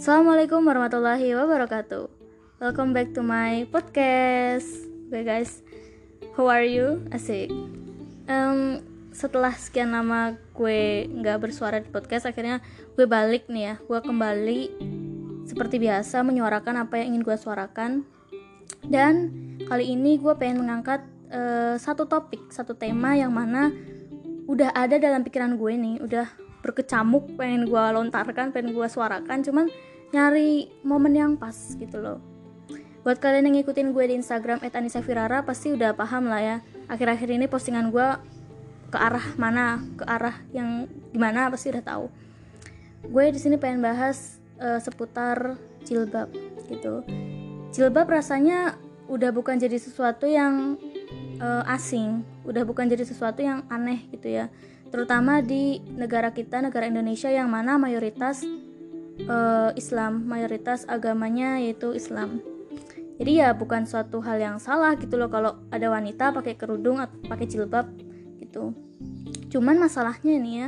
Assalamualaikum warahmatullahi wabarakatuh. Welcome back to my podcast. Okay guys, how are you? Asik. Setelah sekian lama gue gak bersuara di podcast, akhirnya gue balik nih ya. Gue kembali seperti biasa menyuarakan apa yang ingin gue suarakan. Dan kali ini gue pengen mengangkat satu tema yang mana udah ada dalam pikiran gue nih, udah berkecamuk, pengen gue lontarkan, pengen gue suarakan, cuman nyari momen yang pas gitu loh. Buat kalian yang ngikutin gue di Instagram @anisafirara pasti udah paham lah ya, akhir-akhir ini postingan gue ke arah mana, ke arah yang gimana pasti udah tahu. Gue di sini pengen bahas seputar jilbab gitu. Jilbab rasanya udah bukan jadi sesuatu yang asing, udah bukan jadi sesuatu yang aneh gitu ya, terutama di negara kita, negara Indonesia yang mana mayoritas Islam, mayoritas agamanya yaitu Islam. Jadi ya bukan suatu hal yang salah gitu loh kalau ada wanita pakai kerudung atau pakai jilbab gitu. Cuman masalahnya nih ya,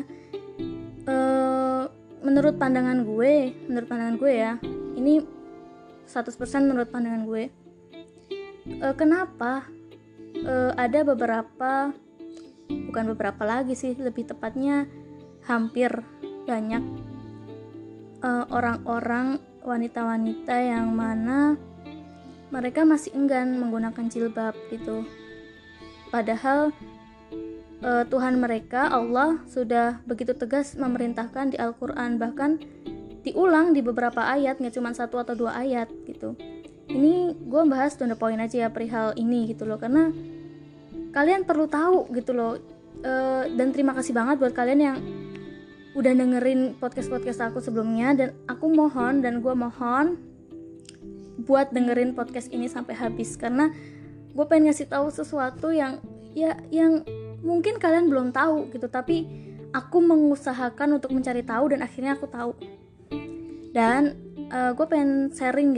menurut pandangan gue ya, ini 100% menurut pandangan gue, kenapa ada bukan beberapa lagi sih, lebih tepatnya hampir banyak orang-orang, wanita-wanita yang mana mereka masih enggan menggunakan jilbab gitu. Padahal Tuhan mereka, Allah, sudah begitu tegas memerintahkan di Al-Quran, bahkan diulang di beberapa ayat, gak cuma 1 atau 2 ayat gitu. Ini gue bahas to the point aja ya perihal ini gitu loh, karena kalian perlu tahu gitu loh. Dan terima kasih banget buat kalian yang udah dengerin podcast aku sebelumnya, dan aku mohon, dan gue mohon buat dengerin podcast ini sampai habis, karena gue pengen ngasih tahu sesuatu yang mungkin kalian belum tahu gitu, tapi aku mengusahakan untuk mencari tahu dan akhirnya aku tahu. Dan gue pengen sharing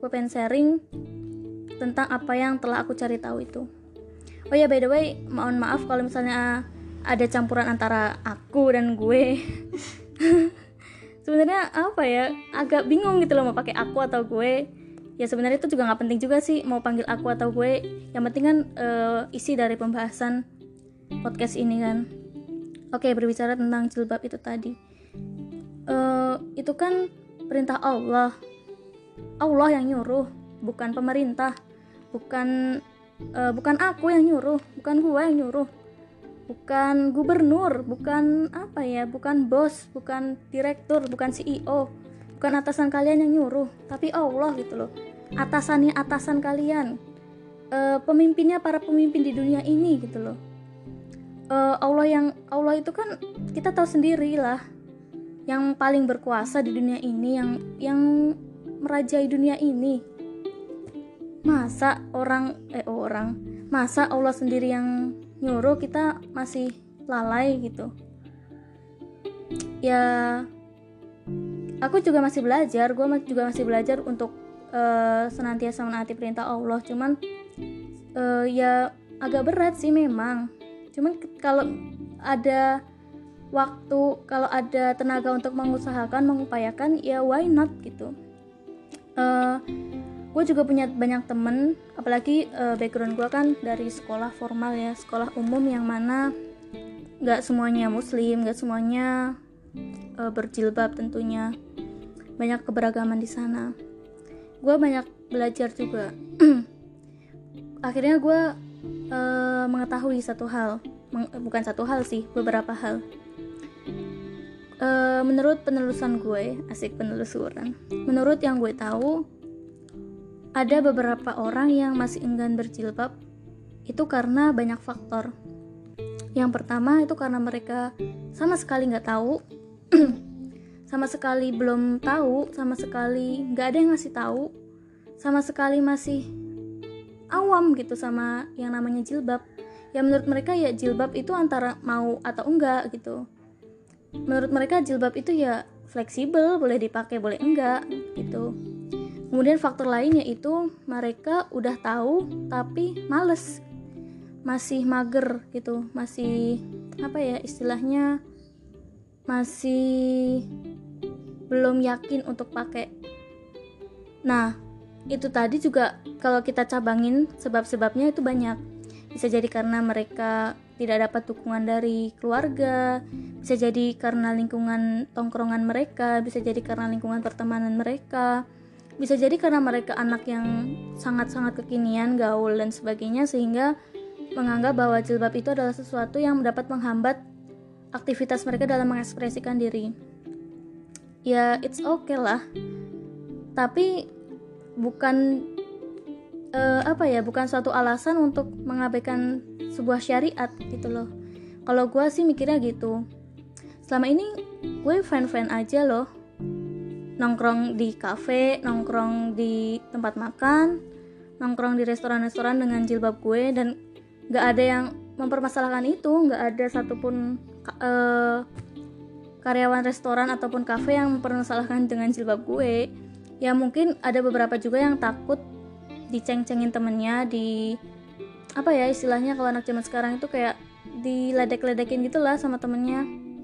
tentang apa yang telah aku cari tahu itu. Oh ya, by the way, mohon maaf kalau misalnya ada campuran antara aku dan gue. Sebenarnya apa ya, agak bingung gitu loh mau pakai aku atau gue. Ya sebenarnya itu juga nggak penting juga sih mau panggil aku atau gue. Yang penting kan isi dari pembahasan podcast ini kan. Oke, berbicara tentang jilbab itu tadi. Itu kan perintah Allah. Allah yang nyuruh, bukan pemerintah, bukan aku yang nyuruh, bukan gue yang nyuruh, bukan gubernur, bukan bukan bos, bukan direktur, bukan CEO, bukan atasan kalian yang nyuruh, tapi Allah gitu loh. Atasan kalian, pemimpinnya para pemimpin di dunia ini gitu loh. Allah itu kan kita tahu sendiri lah, yang paling berkuasa di dunia ini, yang merajai dunia ini. Masa masa Allah sendiri yang nyuruh, kita masih lalai gitu ya. Aku juga masih belajar, gue juga masih belajar untuk senantiasa menaati perintah Allah. Cuman ya agak berat sih memang. Cuman kalau ada waktu, kalau ada tenaga untuk mengupayakan, ya why not gitu. Gue juga punya banyak temen, apalagi background gue kan dari sekolah formal ya, sekolah umum yang mana gak semuanya muslim, gak semuanya berjilbab tentunya. Banyak keberagaman di sana. Gue banyak belajar juga. Akhirnya gue mengetahui bukan satu hal sih, beberapa hal. Menurut penelusuran gue, penelusuran. Menurut yang gue tahu, ada beberapa orang yang masih enggan berjilbab itu karena banyak faktor. Yang pertama itu karena mereka sama sekali nggak tahu, sama sekali belum tahu, sama sekali nggak ada yang ngasih tahu, sama sekali masih awam gitu sama yang namanya jilbab. Ya menurut mereka ya jilbab itu antara mau atau enggak gitu. Menurut mereka jilbab itu ya fleksibel, boleh dipakai boleh enggak gitu. Kemudian faktor lainnya itu mereka udah tahu tapi males, masih mager gitu, masih istilahnya masih belum yakin untuk pakai. Nah, itu tadi juga kalau kita cabangin sebab-sebabnya itu banyak. Bisa jadi karena mereka tidak dapat dukungan dari keluarga, bisa jadi karena lingkungan tongkrongan mereka, bisa jadi karena lingkungan pertemanan mereka, bisa jadi karena mereka anak yang sangat-sangat kekinian, gaul dan sebagainya, sehingga menganggap bahwa jilbab itu adalah sesuatu yang dapat menghambat aktivitas mereka dalam mengekspresikan diri. Ya, it's okay lah. Tapi bukan bukan suatu alasan untuk mengabaikan sebuah syariat gitu loh. Kalau gue sih mikirnya gitu. Selama ini gue fan aja loh, nongkrong di kafe, nongkrong di tempat makan, nongkrong di restoran-restoran dengan jilbab gue, dan gak ada yang mempermasalahkan itu. Gak ada satupun karyawan restoran ataupun kafe yang mempermasalahkan dengan jilbab gue. Ya mungkin ada beberapa juga yang takut diceng-cengin temennya, istilahnya kalau anak zaman sekarang itu kayak diledek-ledekin gitu lah sama temennya.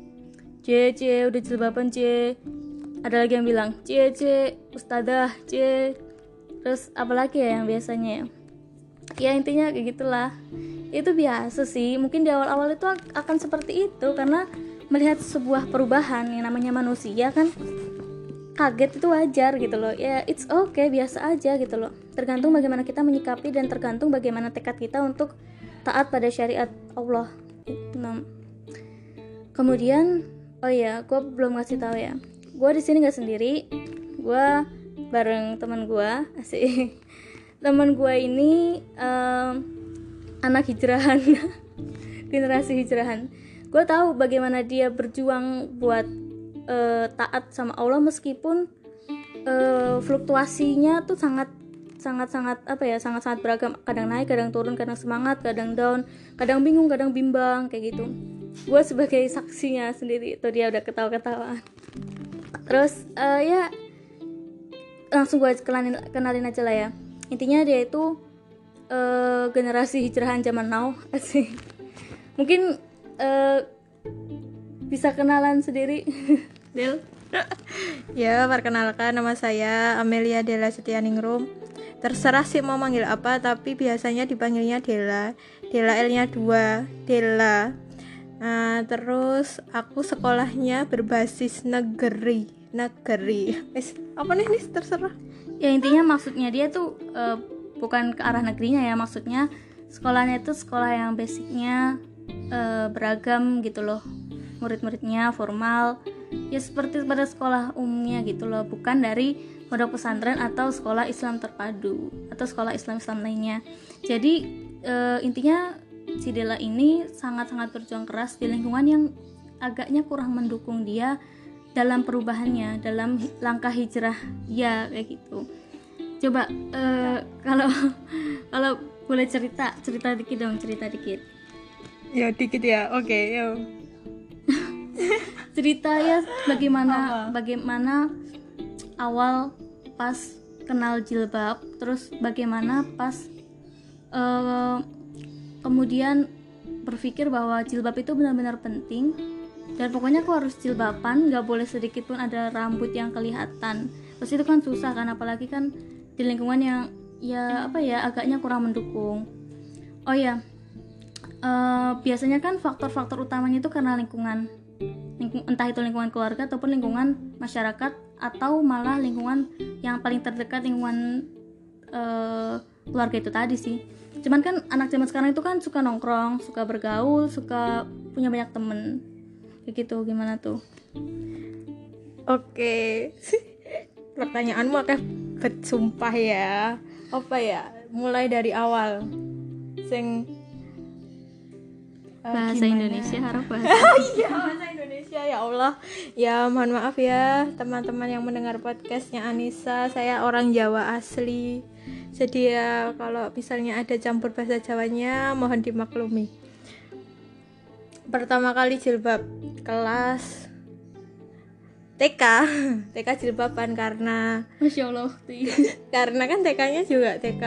C udah jilbaban C. Ada lagi yang bilang C ustadzah C. Terus apalagi ya yang biasanya ya intinya kayak gitulah. Itu biasa sih, mungkin di awal-awal itu akan seperti itu karena melihat sebuah perubahan yang namanya manusia kan, kaget itu wajar gitu loh. Ya it's okay, biasa aja gitu loh. Tergantung bagaimana kita menyikapi dan tergantung bagaimana tekad kita untuk taat pada syariat Allah. Nah, kemudian gue belum ngasih tahu ya. Gue di sini nggak sendiri. Gue bareng teman gue, asik. Teman gue ini anak hijrahan, generasi hijrahan. Gue tahu bagaimana dia berjuang buat taat sama Allah meskipun fluktuasinya tuh sangat beragam, kadang naik, kadang turun, kadang semangat, kadang down, kadang bingung, kadang bimbang kayak gitu. Gue sebagai saksinya sendiri tuh, dia udah ketawa-ketawa. Terus ya langsung gue kenalin aja lah ya. Intinya dia itu generasi hijrahan zaman now, asik. Mungkin bisa kenalan sendiri. Del. Ya, perkenalkan, nama saya Amelia Della Setianingrum. Terserah sih mau manggil apa, tapi biasanya dipanggilnya Della. Della L-nya 2, Della. Nah, terus aku sekolahnya berbasis negeri. Apa nih terserah. Ya intinya maksudnya dia tuh bukan ke arah negerinya ya, maksudnya sekolahnya itu sekolah yang basicnya beragam gitu loh. Murid-muridnya formal, ya seperti pada sekolah umumnya gitu loh, bukan dari pondok pesantren atau sekolah Islam terpadu atau sekolah Islam lainnya. Jadi intinya si Della ini sangat-sangat berjuang keras di lingkungan yang agaknya kurang mendukung dia dalam perubahannya, dalam langkah hijrah ya kayak gitu. Coba kalau boleh cerita dikit. Ya dikit ya, oke, yuk. Cerita ya bagaimana awal pas kenal jilbab, terus bagaimana pas kemudian berpikir bahwa jilbab itu benar-benar penting dan pokoknya aku harus jilbaban, gak boleh sedikit pun ada rambut yang kelihatan. Terus itu kan susah kan, apalagi kan di lingkungan yang agaknya kurang mendukung. Biasanya kan faktor-faktor utamanya itu karena lingkungan, entah itu lingkungan keluarga ataupun lingkungan masyarakat atau malah lingkungan yang paling terdekat, lingkungan keluarga itu tadi sih. Cuman kan anak zaman sekarang itu kan suka nongkrong, suka bergaul, suka punya banyak temen kayak gitu. Gimana tuh? Oke. Pertanyaanmu akan bersumpah ya. Apa ya? Mulai dari awal. Bahasa gimana? Indonesia, harap bahasa. Iya, bahasa Indonesia, ya Allah. Ya, mohon maaf ya teman-teman yang mendengar podcastnya Anissa. Saya orang Jawa asli. Jadi ya kalau misalnya ada campur bahasa Jawanya, mohon dimaklumi. Pertama kali jilbab kelas TK jilbaban karena Masya Allah. karena kan TK-nya juga TK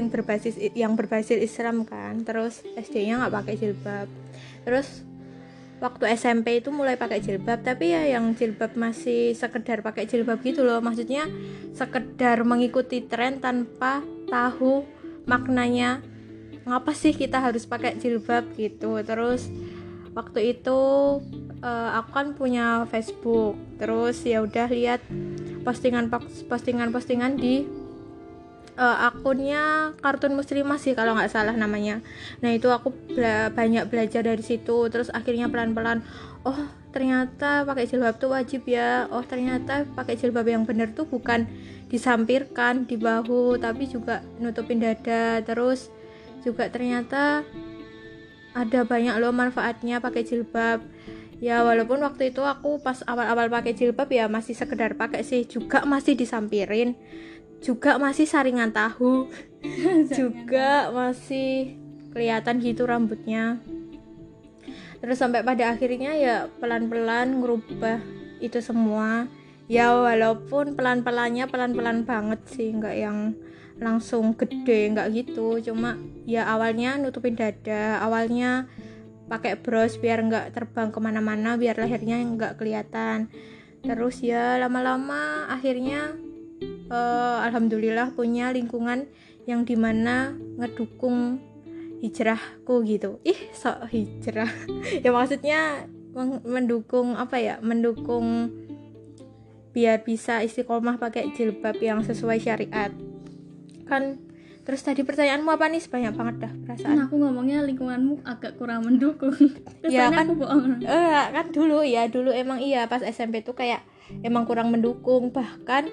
yang berbasis Islam kan, terus SD-nya nggak pakai jilbab. Terus waktu SMP itu mulai pakai jilbab, tapi ya yang jilbab masih sekedar pakai jilbab gitu loh, maksudnya sekedar mengikuti tren tanpa tahu maknanya ngapa sih kita harus pakai jilbab gitu. Terus waktu itu aku kan punya Facebook, terus ya udah lihat postingan di akunnya Kartun Muslimah sih kalau nggak salah namanya. Nah itu aku banyak belajar dari situ. Terus akhirnya pelan-pelan, oh ternyata pakai jilbab tuh wajib ya. Oh ternyata pakai jilbab yang bener tuh bukan disampirkan di bahu, tapi juga nutupin dada. Terus juga ternyata ada banyak loh manfaatnya pakai jilbab. Ya walaupun waktu itu aku pas awal-awal pakai jilbab ya masih sekedar pakai sih, juga masih disampirin, juga masih saringan tahu juga masih kelihatan gitu rambutnya. Terus sampai pada akhirnya ya pelan-pelan ngerubah itu semua. Ya walaupun pelan-pelan banget sih, nggak yang langsung gede, nggak gitu. Cuma ya awalnya nutupin dada, awalnya pakai bros biar nggak terbang kemana-mana, biar lehernya nggak kelihatan. Terus ya lama-lama akhirnya alhamdulillah punya lingkungan yang dimana ngedukung hijrahku gitu. Sok hijrah ya maksudnya mendukung apa ya, mendukung biar bisa istiqomah pakai jilbab yang sesuai syariat kan. Terus tadi pertanyaanmu apa nih? Banyak banget dah perasaan. Aku ngomongnya lingkunganmu agak kurang mendukung. Ya kan, aku bohong. Kan dulu emang iya pas SMP tuh kayak emang kurang mendukung, bahkan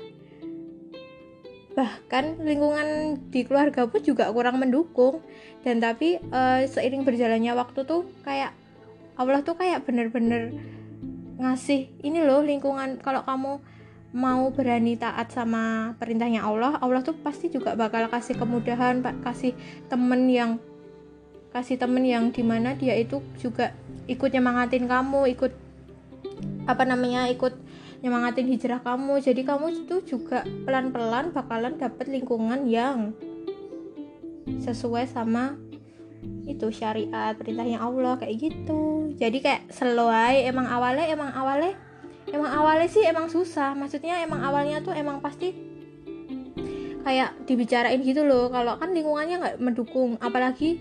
lingkungan di keluarga pun juga kurang mendukung. Dan tapi seiring berjalannya waktu tuh kayak Allah tuh kayak bener-bener ngasih ini loh lingkungan, kalau kamu mau berani taat sama perintahnya Allah tuh pasti juga bakal kasih kemudahan, kasih temen yang dimana dia itu juga ikut nyemangatin kamu, ikut nyemangatin hijrah kamu. Jadi kamu itu juga pelan-pelan bakalan dapet lingkungan yang sesuai sama itu syariat, perintahnya Allah kayak gitu. Jadi kayak slow aja. Emang awalnya sih emang susah, maksudnya emang awalnya tuh emang pasti kayak dibicarain gitu loh, kalau kan lingkungannya nggak mendukung, apalagi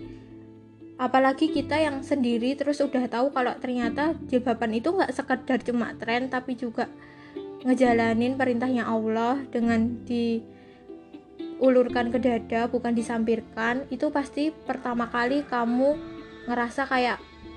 kita yang sendiri. Terus udah tahu kalau ternyata jilbaban itu nggak sekedar cuma tren, tapi juga ngejalanin perintahnya Allah dengan diulurkan ke dada, bukan disampirkan. Itu pasti pertama kali kamu ngerasa kayak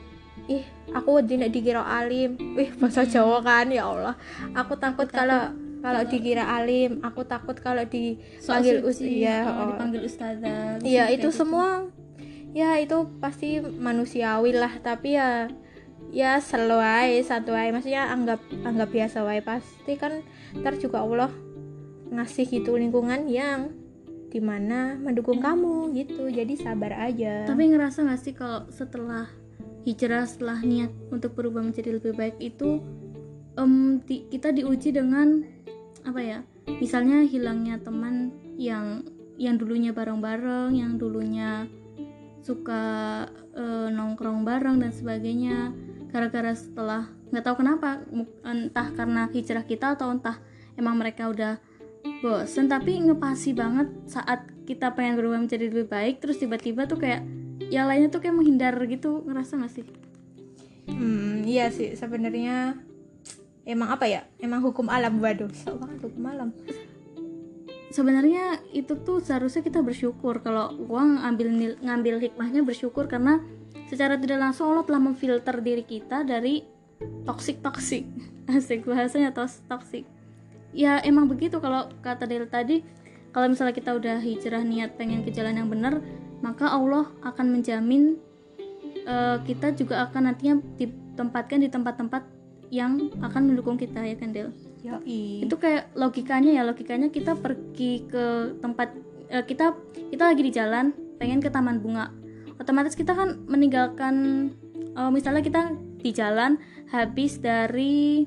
aku tidak dikira alim. Bahasa Jawa kan, ya Allah. Aku takut kalau dikira alim, aku takut kalau dipanggil dipanggil ustazah. Iya, itu semua ya itu pasti manusiawi lah, tapi ya selesai satu aja, maksudnya anggap biasa wae. Pasti kan ntar juga Allah ngasih gitu lingkungan yang dimana mendukung kamu gitu, jadi sabar aja. Tapi ngerasa gak sih kalau setelah hijrah, setelah niat untuk berubah menjadi lebih baik itu kita diuji dengan apa ya, misalnya hilangnya teman yang dulunya bareng-bareng, yang dulunya suka nongkrong bareng dan sebagainya, gara-gara setelah nggak tahu kenapa, entah karena hijrah kita atau entah emang mereka udah bosen, tapi ngepasi banget saat kita pengen berubah menjadi lebih baik, terus tiba-tiba tuh kayak yang lainnya tuh kayak menghindar gitu. Ngerasa gak sih? Iya sih sebenarnya, emang apa ya, emang hukum alam. Waduh, sok banget hukum alam. Sebenarnya itu tuh seharusnya kita bersyukur. Kalau gua ngambil hikmahnya bersyukur, karena secara tidak langsung Allah telah memfilter diri kita dari toksik asik bahasanya, toksik. Ya emang begitu, kalau kata Del tadi, kalau misalnya kita udah hijrah niat pengen ke jalan yang benar, maka Allah akan menjamin kita juga akan nantinya ditempatkan di tempat-tempat yang akan mendukung kita, ya kan Del? Itu kayak logikanya kita pergi ke tempat kita lagi di jalan pengen ke taman bunga, otomatis kita kan meninggalkan misalnya kita di jalan habis dari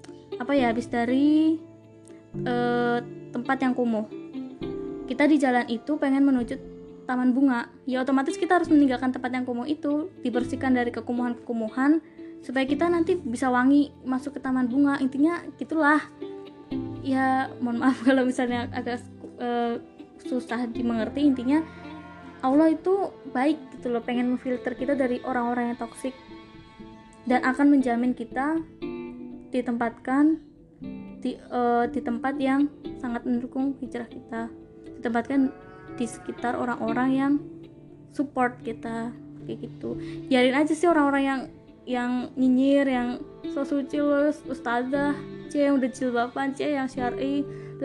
tempat yang kumuh, kita di jalan itu pengen menuju taman bunga, ya otomatis kita harus meninggalkan tempat yang kumuh itu, dibersihkan dari kekumuhan supaya kita nanti bisa wangi masuk ke taman bunga. Intinya gitulah ya. Mohon maaf kalau misalnya agak susah dimengerti. Intinya Allah itu baik gitu loh, pengen memfilter kita dari orang-orang yang toksik dan akan menjamin kita ditempatkan di tempat yang sangat mendukung hijrah kita, ditempatkan di sekitar orang-orang yang support kita kayak gitu. Biarin aja sih orang-orang yang nyinyir, yang so suci loh, ustazah, yang udah jilbaban, yang syar'i,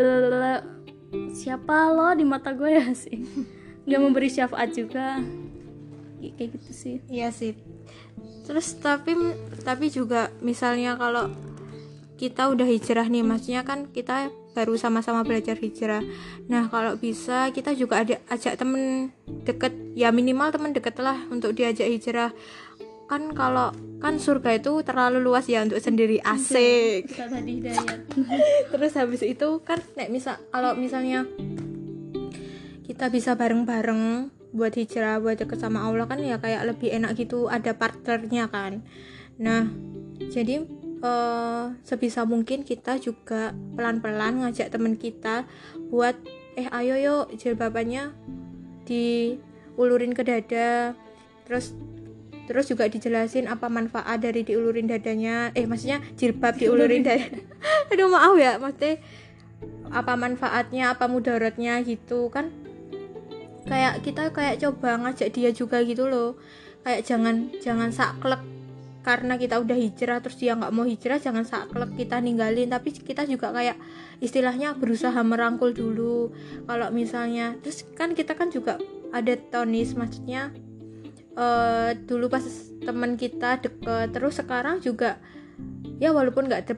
siapa lo di mata gue ya sih, nggak memberi syafaat juga kayak gitu sih. Iya sih. Terus tapi juga misalnya kalau kita udah hijrah nih, maksudnya kan kita baru sama-sama belajar hijrah. Nah kalau bisa kita juga ajak temen deket, ya minimal temen deket lah untuk diajak hijrah. Kan kalau kan surga itu terlalu luas ya untuk sendiri, asik. Terus habis itu kan kalau misalnya kita bisa bareng-bareng buat hijrah, buat deket sama Allah kan ya kayak lebih enak gitu, ada partnernya kan. Nah jadi sebisa mungkin kita juga pelan-pelan ngajak teman kita buat ayo yuk jilbabannya diulurin ke dada, terus juga dijelasin apa manfaat dari diulurin dadanya, maksudnya jilbab diulurin dada. Aduh maaf ya, maksudnya apa manfaatnya, apa mudaratnya gitu kan. Kayak kita coba ngajak dia juga gitu loh, kayak jangan saklek karena kita udah hijrah terus dia nggak mau hijrah, jangan saklek kita ninggalin, tapi kita juga kayak istilahnya berusaha merangkul dulu. Kalau misalnya terus kan kita kan juga ada tonis, maksudnya dulu pas teman kita deket, terus sekarang juga ya walaupun nggak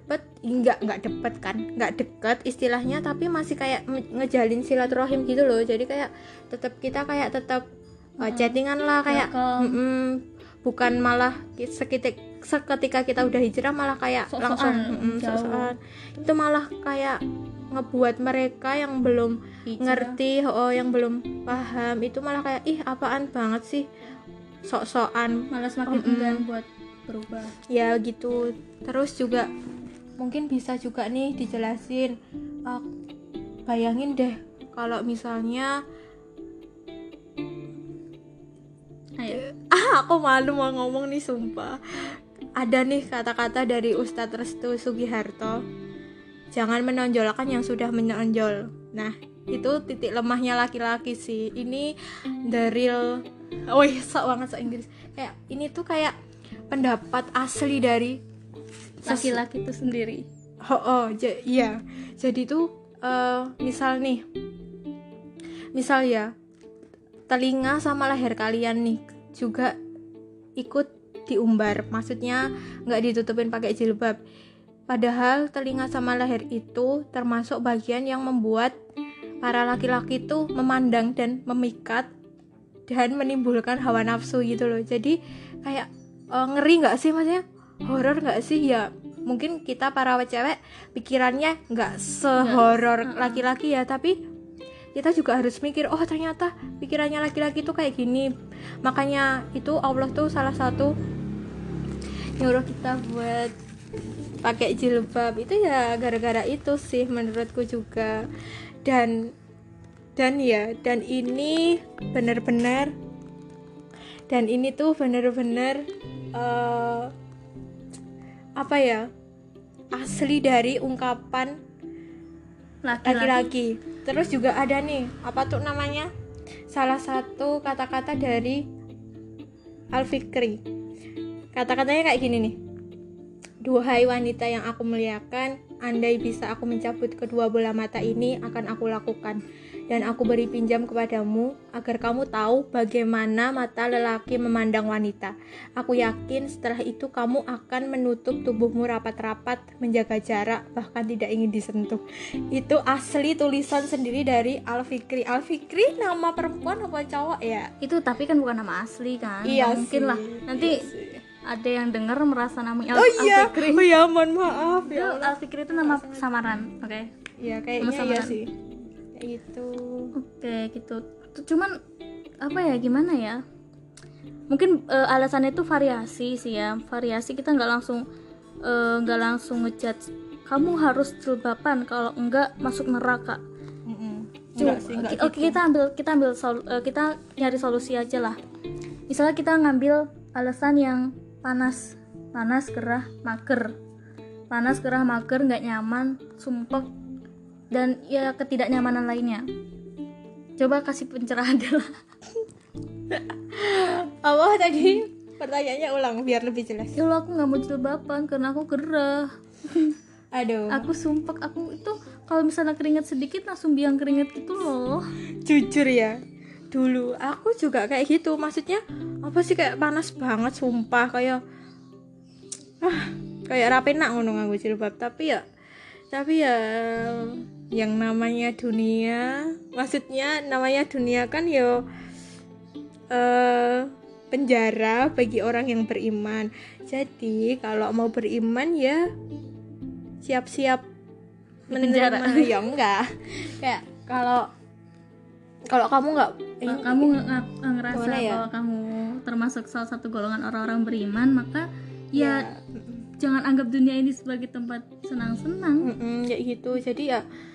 deket istilahnya, tapi masih kayak ngejalin silaturahim gitu loh. Jadi kayak tetap chattingan lah kayak bukan malah seketika kita udah hijrah malah kayak langsung sok-sokan. Itu malah kayak ngebuat mereka yang belum ngerti, yang belum paham itu malah kayak apaan banget sih, sok-sokan, malah semakin enggan buat berubah ya gitu. Terus juga mungkin bisa juga nih dijelasin, bayangin deh kalau misalnya aku malu mau ngomong nih sumpah, ada nih kata-kata dari Ustadz Restu Sugiharto, jangan menonjolkan yang sudah menonjol. Nah itu titik lemahnya laki-laki sih. Ini the real, sok banget sok Inggris, kayak ini tuh kayak pendapat asli dari laki-laki itu sendiri. Iya. Jadi tuh misal ya telinga sama leher kalian nih juga ikut diumbar, maksudnya nggak ditutupin pakai jilbab, padahal telinga sama leher itu termasuk bagian yang membuat para laki-laki tuh memandang dan memikat dan menimbulkan hawa nafsu gitu loh. Jadi kayak ngeri nggak sih, maksudnya horor nggak sih? Ya mungkin kita para cewek pikirannya nggak sehoror laki-laki ya, tapi kita juga harus mikir, ternyata pikirannya laki-laki tuh kayak gini. Makanya itu Allah tuh salah satu nyuruh kita buat pakai jilbab itu ya gara-gara itu sih menurutku juga. Dan ini benar-benar asli dari ungkapan laki-laki. Terus juga ada nih salah satu kata-kata dari Al-Fikri. Kata-katanya kayak gini nih, duhai wanita yang aku muliakan, andai bisa aku mencabut kedua bola mata ini akan aku lakukan, dan aku beri pinjam kepadamu agar kamu tahu bagaimana mata lelaki memandang wanita. Aku yakin setelah itu kamu akan menutup tubuhmu rapat-rapat, menjaga jarak, bahkan tidak ingin disentuh. Itu asli tulisan sendiri dari Al-Fikri. Al-Fikri nama perempuan apa cowok ya? Itu tapi kan bukan nama asli kan? Iya mungkin sih, lah nanti ada yang denger merasa namanya Al-Fikri. Oh iya, mohon maaf ya. Al-Fikri itu nama samaran, oke? Iya, kayaknya iya sih. Kayak gitu. Oke, gitu. Cuman gimana ya? mungkin alasannya itu variasi sih ya, variasi. Kita nggak langsung ngejudge kamu harus jilbaban, kalau enggak masuk neraka. Oke, kita nyari solusi aja lah. Misalnya kita ngambil alasan yang panas, gerah, mager, nggak nyaman, sumpek, dan ya ketidaknyamanan lainnya. Coba kasih pencerahan dulu. Apa tadi pertanyaannya, ulang biar lebih jelas. Ya Allah, aku nggak mau jilbaban karena aku gerah. Aduh, aku sumpek, aku itu kalau misalnya keringat sedikit langsung biang keringat gitu loh. jujur ya, dulu aku juga kayak gitu. Maksudnya apa sih, kayak panas banget sumpah, kayak rapenak ngono nganggo jilbab. Tapi ya yang namanya dunia, maksudnya namanya dunia kan yo penjara bagi orang yang beriman. Jadi kalau mau beriman ya siap-siap Penjara. menerima. Ya enggak, kayak kalau kamu nggak kamu ngerasa ya? bahwa kamu termasuk salah satu golongan orang-orang beriman, maka ya jangan anggap dunia ini sebagai tempat senang-senang. Kayak gitu. Jadi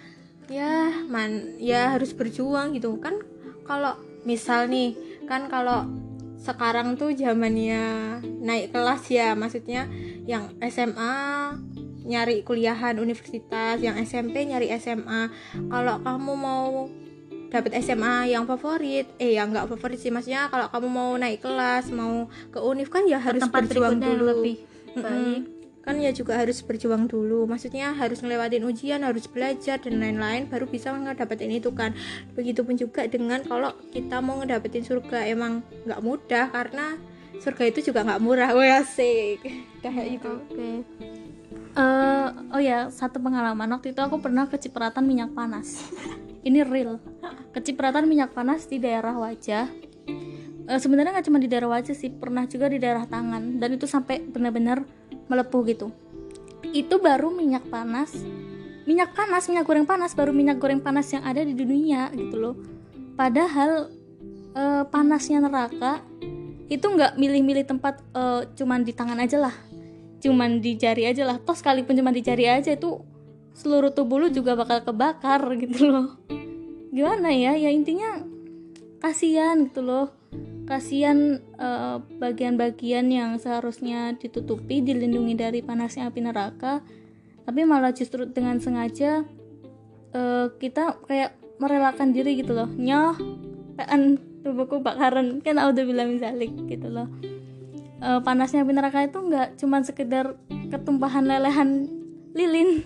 ya harus berjuang gitu kan. Kalau misal nih kan, kalau sekarang tuh zamannya naik kelas ya, maksudnya yang SMA nyari kuliahan universitas, yang SMP nyari SMA. Kalau kamu mau dapat SMA yang favorit, yang nggak favorit sih, maksudnya kalau kamu mau naik kelas, mau ke univ kan ya harus berjuang dulu. Lebih baik. Kan ya juga harus berjuang dulu, maksudnya harus ngelewatin ujian, harus belajar dan lain-lain, baru bisa ngedapetin itu kan. Begitupun juga dengan kalau kita mau ngedapetin surga, emang nggak mudah, karena surga itu juga nggak murah. Wah, asik dah itu. Okay. Oh ya, satu pengalaman, waktu itu aku pernah kecipratan minyak panas. Ini real, kecipratan minyak panas di daerah wajah. Sebenarnya nggak cuma di daerah wajah sih, pernah juga di daerah tangan, dan itu sampai benar-benar melepuh gitu. Itu baru minyak goreng panas, baru minyak goreng panas yang ada di dunia gitu loh. Padahal panasnya neraka itu nggak milih-milih tempat, cuman di tangan aja lah, cuman di jari aja lah. Toh sekalipun cuma di jari aja, itu seluruh tubuh lu juga bakal kebakar gitu loh. Gimana ya intinya kasihan gitu loh. Kasihan bagian-bagian yang seharusnya ditutupi, dilindungi dari panasnya api neraka, tapi malah justru dengan sengaja kita kayak merelakan diri gitu loh. Pengen tubuhku bakaran, kan auzubillah min zalik gitu loh. Panasnya api neraka itu nggak cuma sekedar ketumpahan lelehan lilin.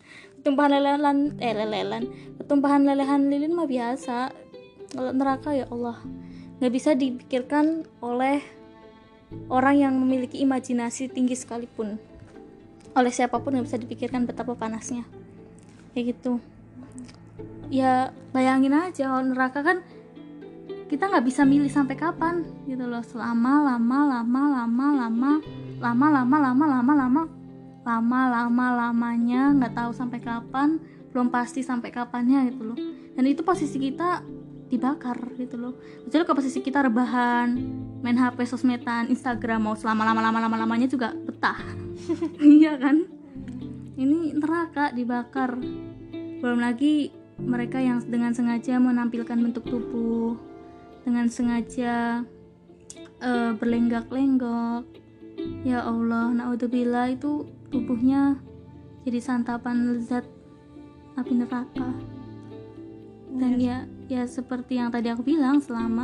Ketumpahan lelehan lilin mah biasa. Kalau neraka ya Allah, nggak bisa dipikirkan oleh orang yang memiliki imajinasi tinggi sekalipun. Oleh siapapun nggak bisa dipikirkan betapa panasnya. Kayak gitu. Ya bayangin aja, kalau neraka kan kita nggak bisa milih sampai kapan gitu loh. Lamanya nggak tahu sampai kapan, belum pasti sampai kapannya gitu loh. Dan itu posisi kita dibakar gitu loh. Kecuali kalau posisi kita rebahan, main HP, sosmedan, Instagram, mau selama-lamanya juga betah. Iya kan? Ini neraka dibakar. Belum lagi mereka yang dengan sengaja menampilkan bentuk tubuh, dengan sengaja berlenggak-lenggok. Ya Allah, naudzubillah, itu tubuhnya jadi santapan lezat api neraka. Dan ya seperti yang tadi aku bilang,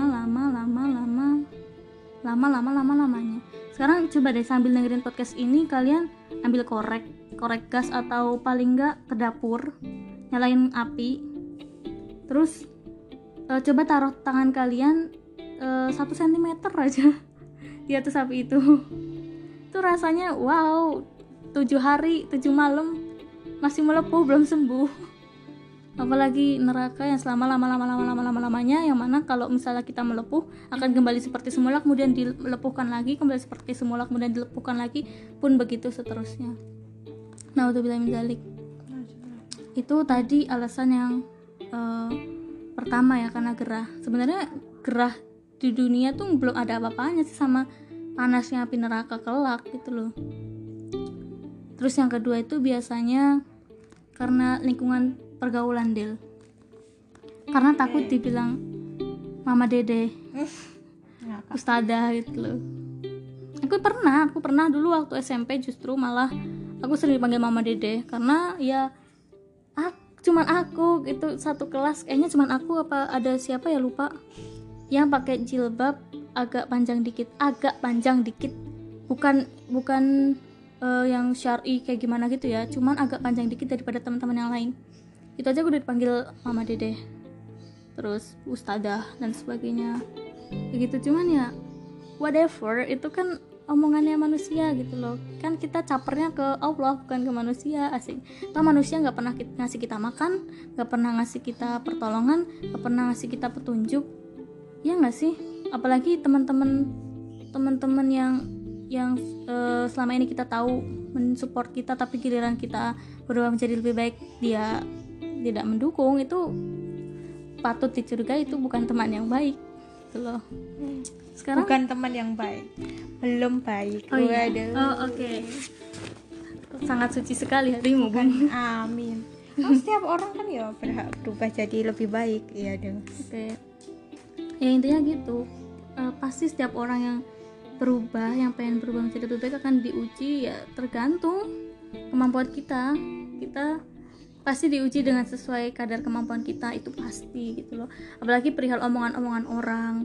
lamanya. Sekarang coba deh sambil dengerin podcast ini, kalian ambil korek gas, atau paling enggak ke dapur, nyalain api, terus coba taruh tangan kalian 1 cm aja di atas api itu. Itu rasanya wow, 7 hari 7 malam masih melepuh, belum sembuh. Apalagi neraka yang selama lamanya, yang mana kalau misalnya kita melepuh akan kembali seperti semula, kemudian dilepuhkan lagi, kembali seperti semula, kemudian dilepuhkan lagi, pun begitu seterusnya. Naudzubillah min dzalik. Itu tadi alasan yang pertama ya, karena gerah. Sebenarnya gerah di dunia tuh belum ada apa-apanya sih sama panasnya api neraka kelak gitu loh. Terus yang kedua itu biasanya karena lingkungan pergaulan, Del. Karena takut dibilang mama dede, ustadzah gitu loh. Aku pernah dulu waktu SMP justru malah aku sering dipanggil mama dede karena ya cuman aku gitu satu kelas, kayaknya cuman aku apa ada siapa ya lupa, yang pakai jilbab agak panjang dikit, bukan yang syar'i kayak gimana gitu ya, cuman agak panjang dikit daripada teman-teman yang lain. Itu aja gue udah dipanggil mama dede, terus ustadzah dan sebagainya kayak gitu. Cuman ya whatever, itu kan omongannya manusia gitu loh, kan kita capernya ke Allah bukan ke manusia. Asik, toh manusia nggak pernah ngasih kita makan, nggak pernah ngasih kita pertolongan, nggak pernah ngasih kita petunjuk, ya nggak sih? Apalagi teman-teman yang selama ini kita tahu mensupport kita, tapi giliran kita berubah menjadi lebih baik dia tidak mendukung, itu patut dicurigai, itu bukan teman yang baik gitu loh. Sekarang bukan teman yang baik, belum baik. Oh iya. Oke. Sangat suci sekali hatimu, Bun. Amin. Setiap orang kan ya berhak berubah jadi lebih baik, iya dong. Oke. Ya intinya gitu. Pasti setiap orang yang berubah, yang pengen berubah menjadi lebih baik akan diuji, ya tergantung kemampuan kita. Kita pasti diuji dengan sesuai kadar kemampuan kita, itu pasti gitu loh. Apalagi perihal omongan-omongan orang,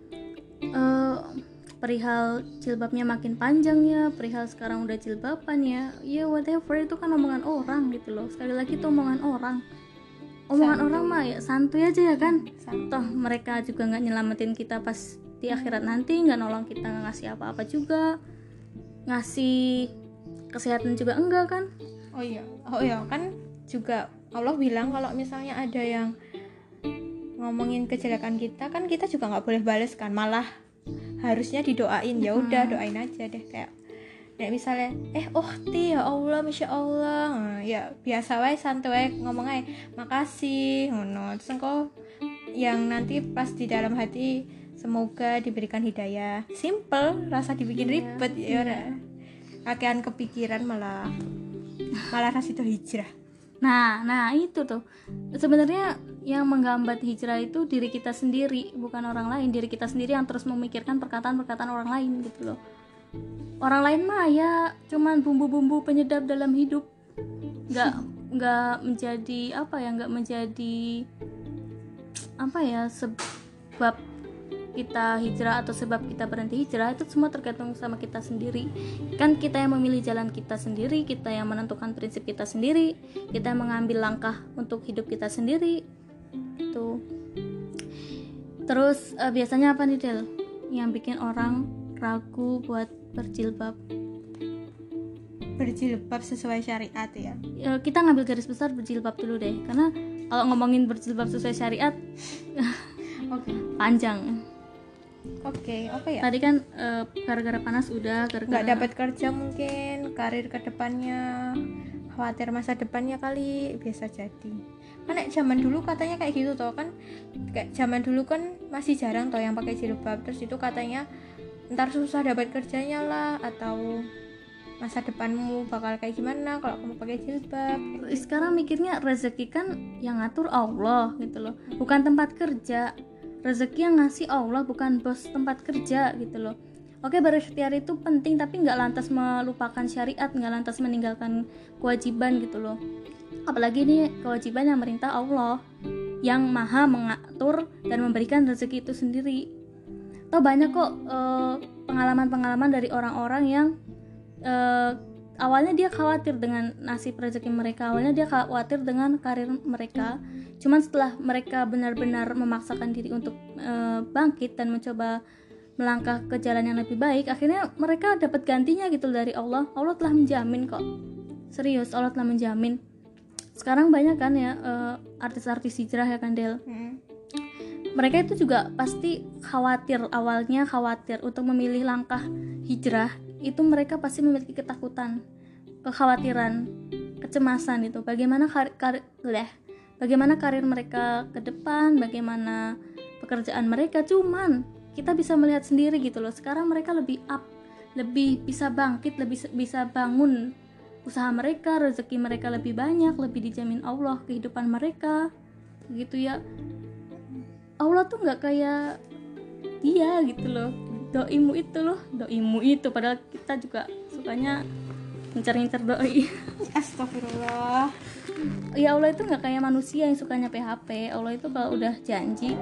perihal jilbabnya makin panjang ya, perihal sekarang udah jilbaban ya whatever, itu kan omongan orang gitu loh. Sekali lagi itu omongan orang orang mah ya santuy aja ya kan. Toh mereka juga nggak nyelamatin kita pas di akhirat nanti, nggak nolong kita, nggak ngasih apa-apa juga, ngasih kesehatan juga enggak kan. Oh iya kan juga Allah bilang kalau misalnya ada yang ngomongin kejelekan kita, kan kita juga nggak boleh bales kan, malah harusnya didoain. Ya udah doain aja deh, kayak misalnya ya Allah, masya Allah, nah, ya biasa wae, santai wae ngomong aja makasih ngono. Terus engko yang nanti pas di dalam hati semoga diberikan hidayah, simple, rasa dibikin ribet ya ora. Kakean kepikiran malah rasido hijrah. Nah itu tuh sebenarnya yang menghambat hijrah itu diri kita sendiri, bukan orang lain. Diri kita sendiri yang terus memikirkan perkataan orang lain gitu loh. Orang lain mah ya cuman bumbu-bumbu penyedap dalam hidup, nggak menjadi sebab kita hijrah atau sebab kita berhenti hijrah. Itu semua tergantung sama kita sendiri. Kan kita yang memilih jalan kita sendiri, kita yang menentukan prinsip kita sendiri, kita yang mengambil langkah untuk hidup kita sendiri. Tuh. Terus biasanya apa nih, Del, yang bikin orang ragu buat berjilbab sesuai syariat ya? Kita ngambil garis besar berjilbab dulu deh, karena kalau ngomongin berjilbab sesuai syariat panjang. Oke, apa ya? Tadi kan gara-gara panas udah, nggak dapat kerja mungkin, karir kedepannya, khawatir masa depannya kali, biasa jadi. Kan zaman dulu katanya kayak gitu toh kan, kayak zaman dulu kan masih jarang toh yang pakai jilbab. Terus itu katanya ntar susah dapat kerjanya lah, atau masa depanmu bakal kayak gimana kalau kamu pakai jilbab. Sekarang mikirnya rezeki kan yang ngatur Allah gitu loh, bukan tempat kerja. Rezeki yang ngasih Allah, bukan bos tempat kerja gitu loh. Oke, berikhtiar itu penting, tapi nggak lantas melupakan syariat, nggak lantas meninggalkan kewajiban gitu loh. Apalagi ini kewajiban yang merintah Allah, yang maha mengatur dan memberikan rezeki itu sendiri. Toh banyak kok pengalaman-pengalaman dari orang-orang yang awalnya dia khawatir dengan nasib rezeki mereka, awalnya dia khawatir dengan karir mereka. Cuman setelah mereka benar-benar memaksakan diri untuk bangkit dan mencoba melangkah ke jalan yang lebih baik, akhirnya mereka dapat gantinya gitu dari Allah. Allah telah menjamin kok, serius, Allah telah menjamin. Sekarang banyak kan ya artis-artis hijrah ya kan, Del. Mereka itu juga pasti awalnya khawatir untuk memilih langkah hijrah. Itu mereka pasti memiliki ketakutan, kekhawatiran, kecemasan itu. Bagaimana karir mereka ke depan, bagaimana pekerjaan mereka. Cuman kita bisa melihat sendiri gitu loh. Sekarang mereka lebih up, lebih bisa bangkit, lebih bisa bangun usaha mereka, rezeki mereka lebih banyak, lebih dijamin Allah kehidupan mereka gitu ya. Allah tuh nggak kayak dia gitu loh, doimu itu padahal kita juga sukanya ngincar doi. Astagfirullah. Ya Allah itu nggak kayak manusia yang sukanya PHP. Allah itu kalau udah janji.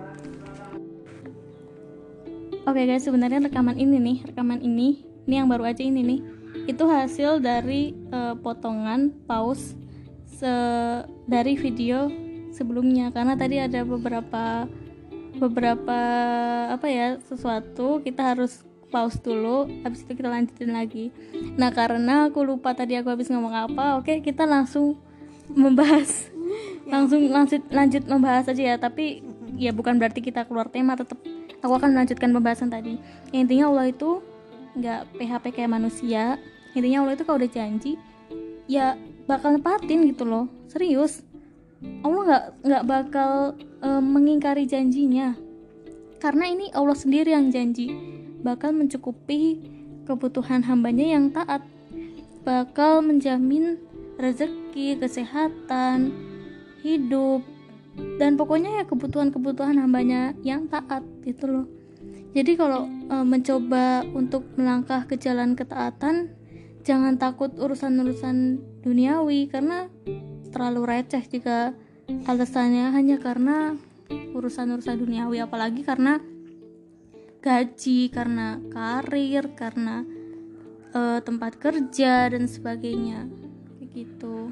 Oke guys, sebenarnya rekaman ini yang baru aja ini nih, itu hasil dari potongan pause dari video sebelumnya, karena tadi ada beberapa sesuatu kita harus pause dulu, habis itu kita lanjutin lagi. Nah karena aku lupa tadi aku habis ngomong apa, oke kita langsung membahas lanjut membahas aja ya. Tapi ya bukan berarti kita keluar tema, tetap aku akan melanjutkan pembahasan tadi. Intinya Allah itu nggak PHP kayak manusia. Intinya Allah itu kalau udah janji ya bakal nepatin gitu loh, serius. Allah nggak bakal mengingkari janjinya, karena ini Allah sendiri yang janji bakal mencukupi kebutuhan hambanya yang taat, bakal menjamin rezeki, kesehatan, hidup, dan pokoknya ya kebutuhan hambanya yang taat gitu loh. Jadi kalau mencoba untuk melangkah ke jalan ketaatan, jangan takut urusan-urusan duniawi, karena terlalu receh jika alasannya hanya karena urusan-urusan duniawi, apalagi karena gaji, karena karir, karena tempat kerja dan sebagainya begitu.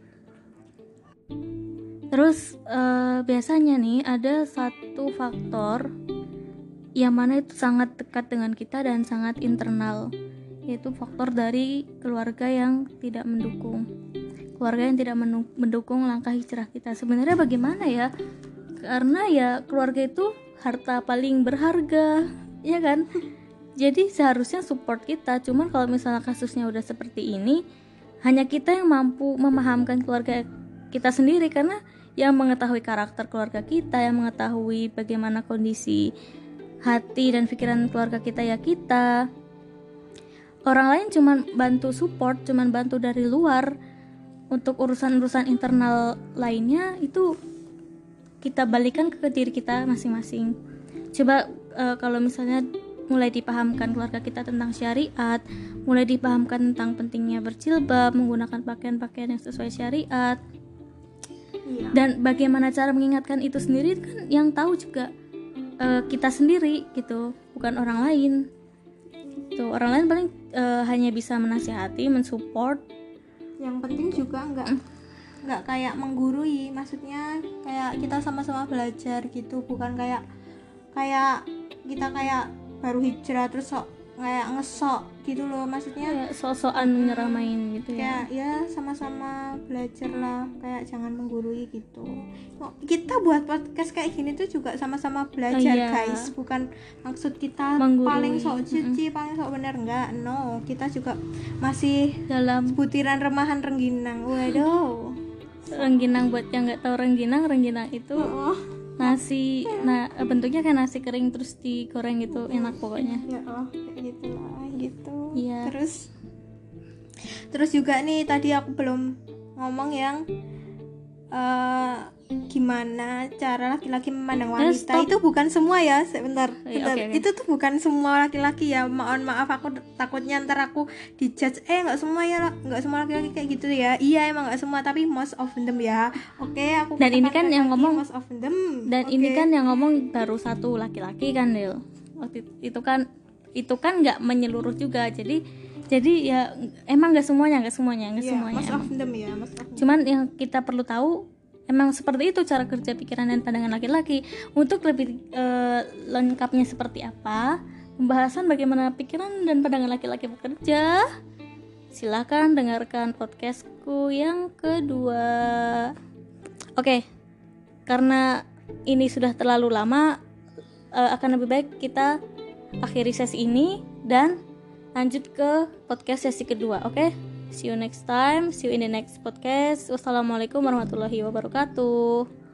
Terus biasanya nih ada satu faktor yang mana itu sangat dekat dengan kita dan sangat internal, yaitu faktor dari keluarga yang tidak mendukung. Keluarga yang tidak mendukung langkah hijrah kita. Sebenarnya bagaimana ya? Karena ya keluarga itu harta paling berharga, ya kan? Jadi seharusnya support kita. Cuman kalau misalnya kasusnya udah seperti ini, hanya kita yang mampu memahamkan keluarga kita sendiri, karena yang mengetahui karakter keluarga kita, yang mengetahui bagaimana kondisi hati dan pikiran keluarga kita ya kita. Orang lain cuman bantu support, cuman bantu dari luar. Untuk urusan-urusan internal lainnya itu kita balikan ke diri kita masing-masing. Coba kalau misalnya mulai dipahamkan keluarga kita tentang syariat, mulai dipahamkan tentang pentingnya berjilbab, menggunakan pakaian-pakaian yang sesuai syariat, dan bagaimana cara mengingatkan itu sendiri kan yang tahu juga kita sendiri gitu, bukan orang lain. Tuh, orang lain paling hanya bisa menasihati, mensupport. Yang penting juga nggak kayak menggurui, maksudnya kayak kita sama-sama belajar gitu, bukan kayak kita kayak baru hijrah terus kayak ngesok gitu loh, maksudnya kayak sok-sokan nyeramain gitu ya. Ya sama-sama belajar lah, kayak jangan menggurui gitu. Kita buat podcast kayak gini tuh juga sama-sama belajar guys, bukan maksud kita menggurui. Paling sok suci, paling sok bener, enggak, no. Kita juga masih dalam butiran remahan rengginang. Waduh, rengginang, buat yang nggak tahu rengginang itu nasi, bentuknya kayak nasi kering terus digoreng gitu, enak pokoknya. Ya kayak gitulah gitu. Iya. Terus juga nih tadi aku belum ngomong yang gimana cara laki-laki memandang wanita. Itu bukan semua ya, sebentar. Okay. Itu tuh bukan semua laki-laki ya. Maaf aku takutnya ntar aku dijudge. Nggak semua laki-laki kayak gitu ya. Iya emang nggak semua, tapi most of them ya. Oke, aku. Dan ini kan yang ngomong most of them. Dan ini kan yang ngomong baru satu laki-laki kan, Del. Waktu itu kan nggak menyeluruh juga. Jadi ya emang nggak semuanya. Most of them ya. Cuman yang kita perlu tahu, emang seperti itu cara kerja pikiran dan pandangan laki-laki. Untuk lebih lengkapnya seperti apa pembahasan bagaimana pikiran dan pandangan laki-laki bekerja, silakan dengarkan podcastku yang kedua. Oke, karena ini sudah terlalu lama, akan lebih baik kita akhiri sesi ini dan lanjut ke podcast sesi kedua. Oke? See you next time. See you in the next podcast. Wassalamualaikum warahmatullahi wabarakatuh.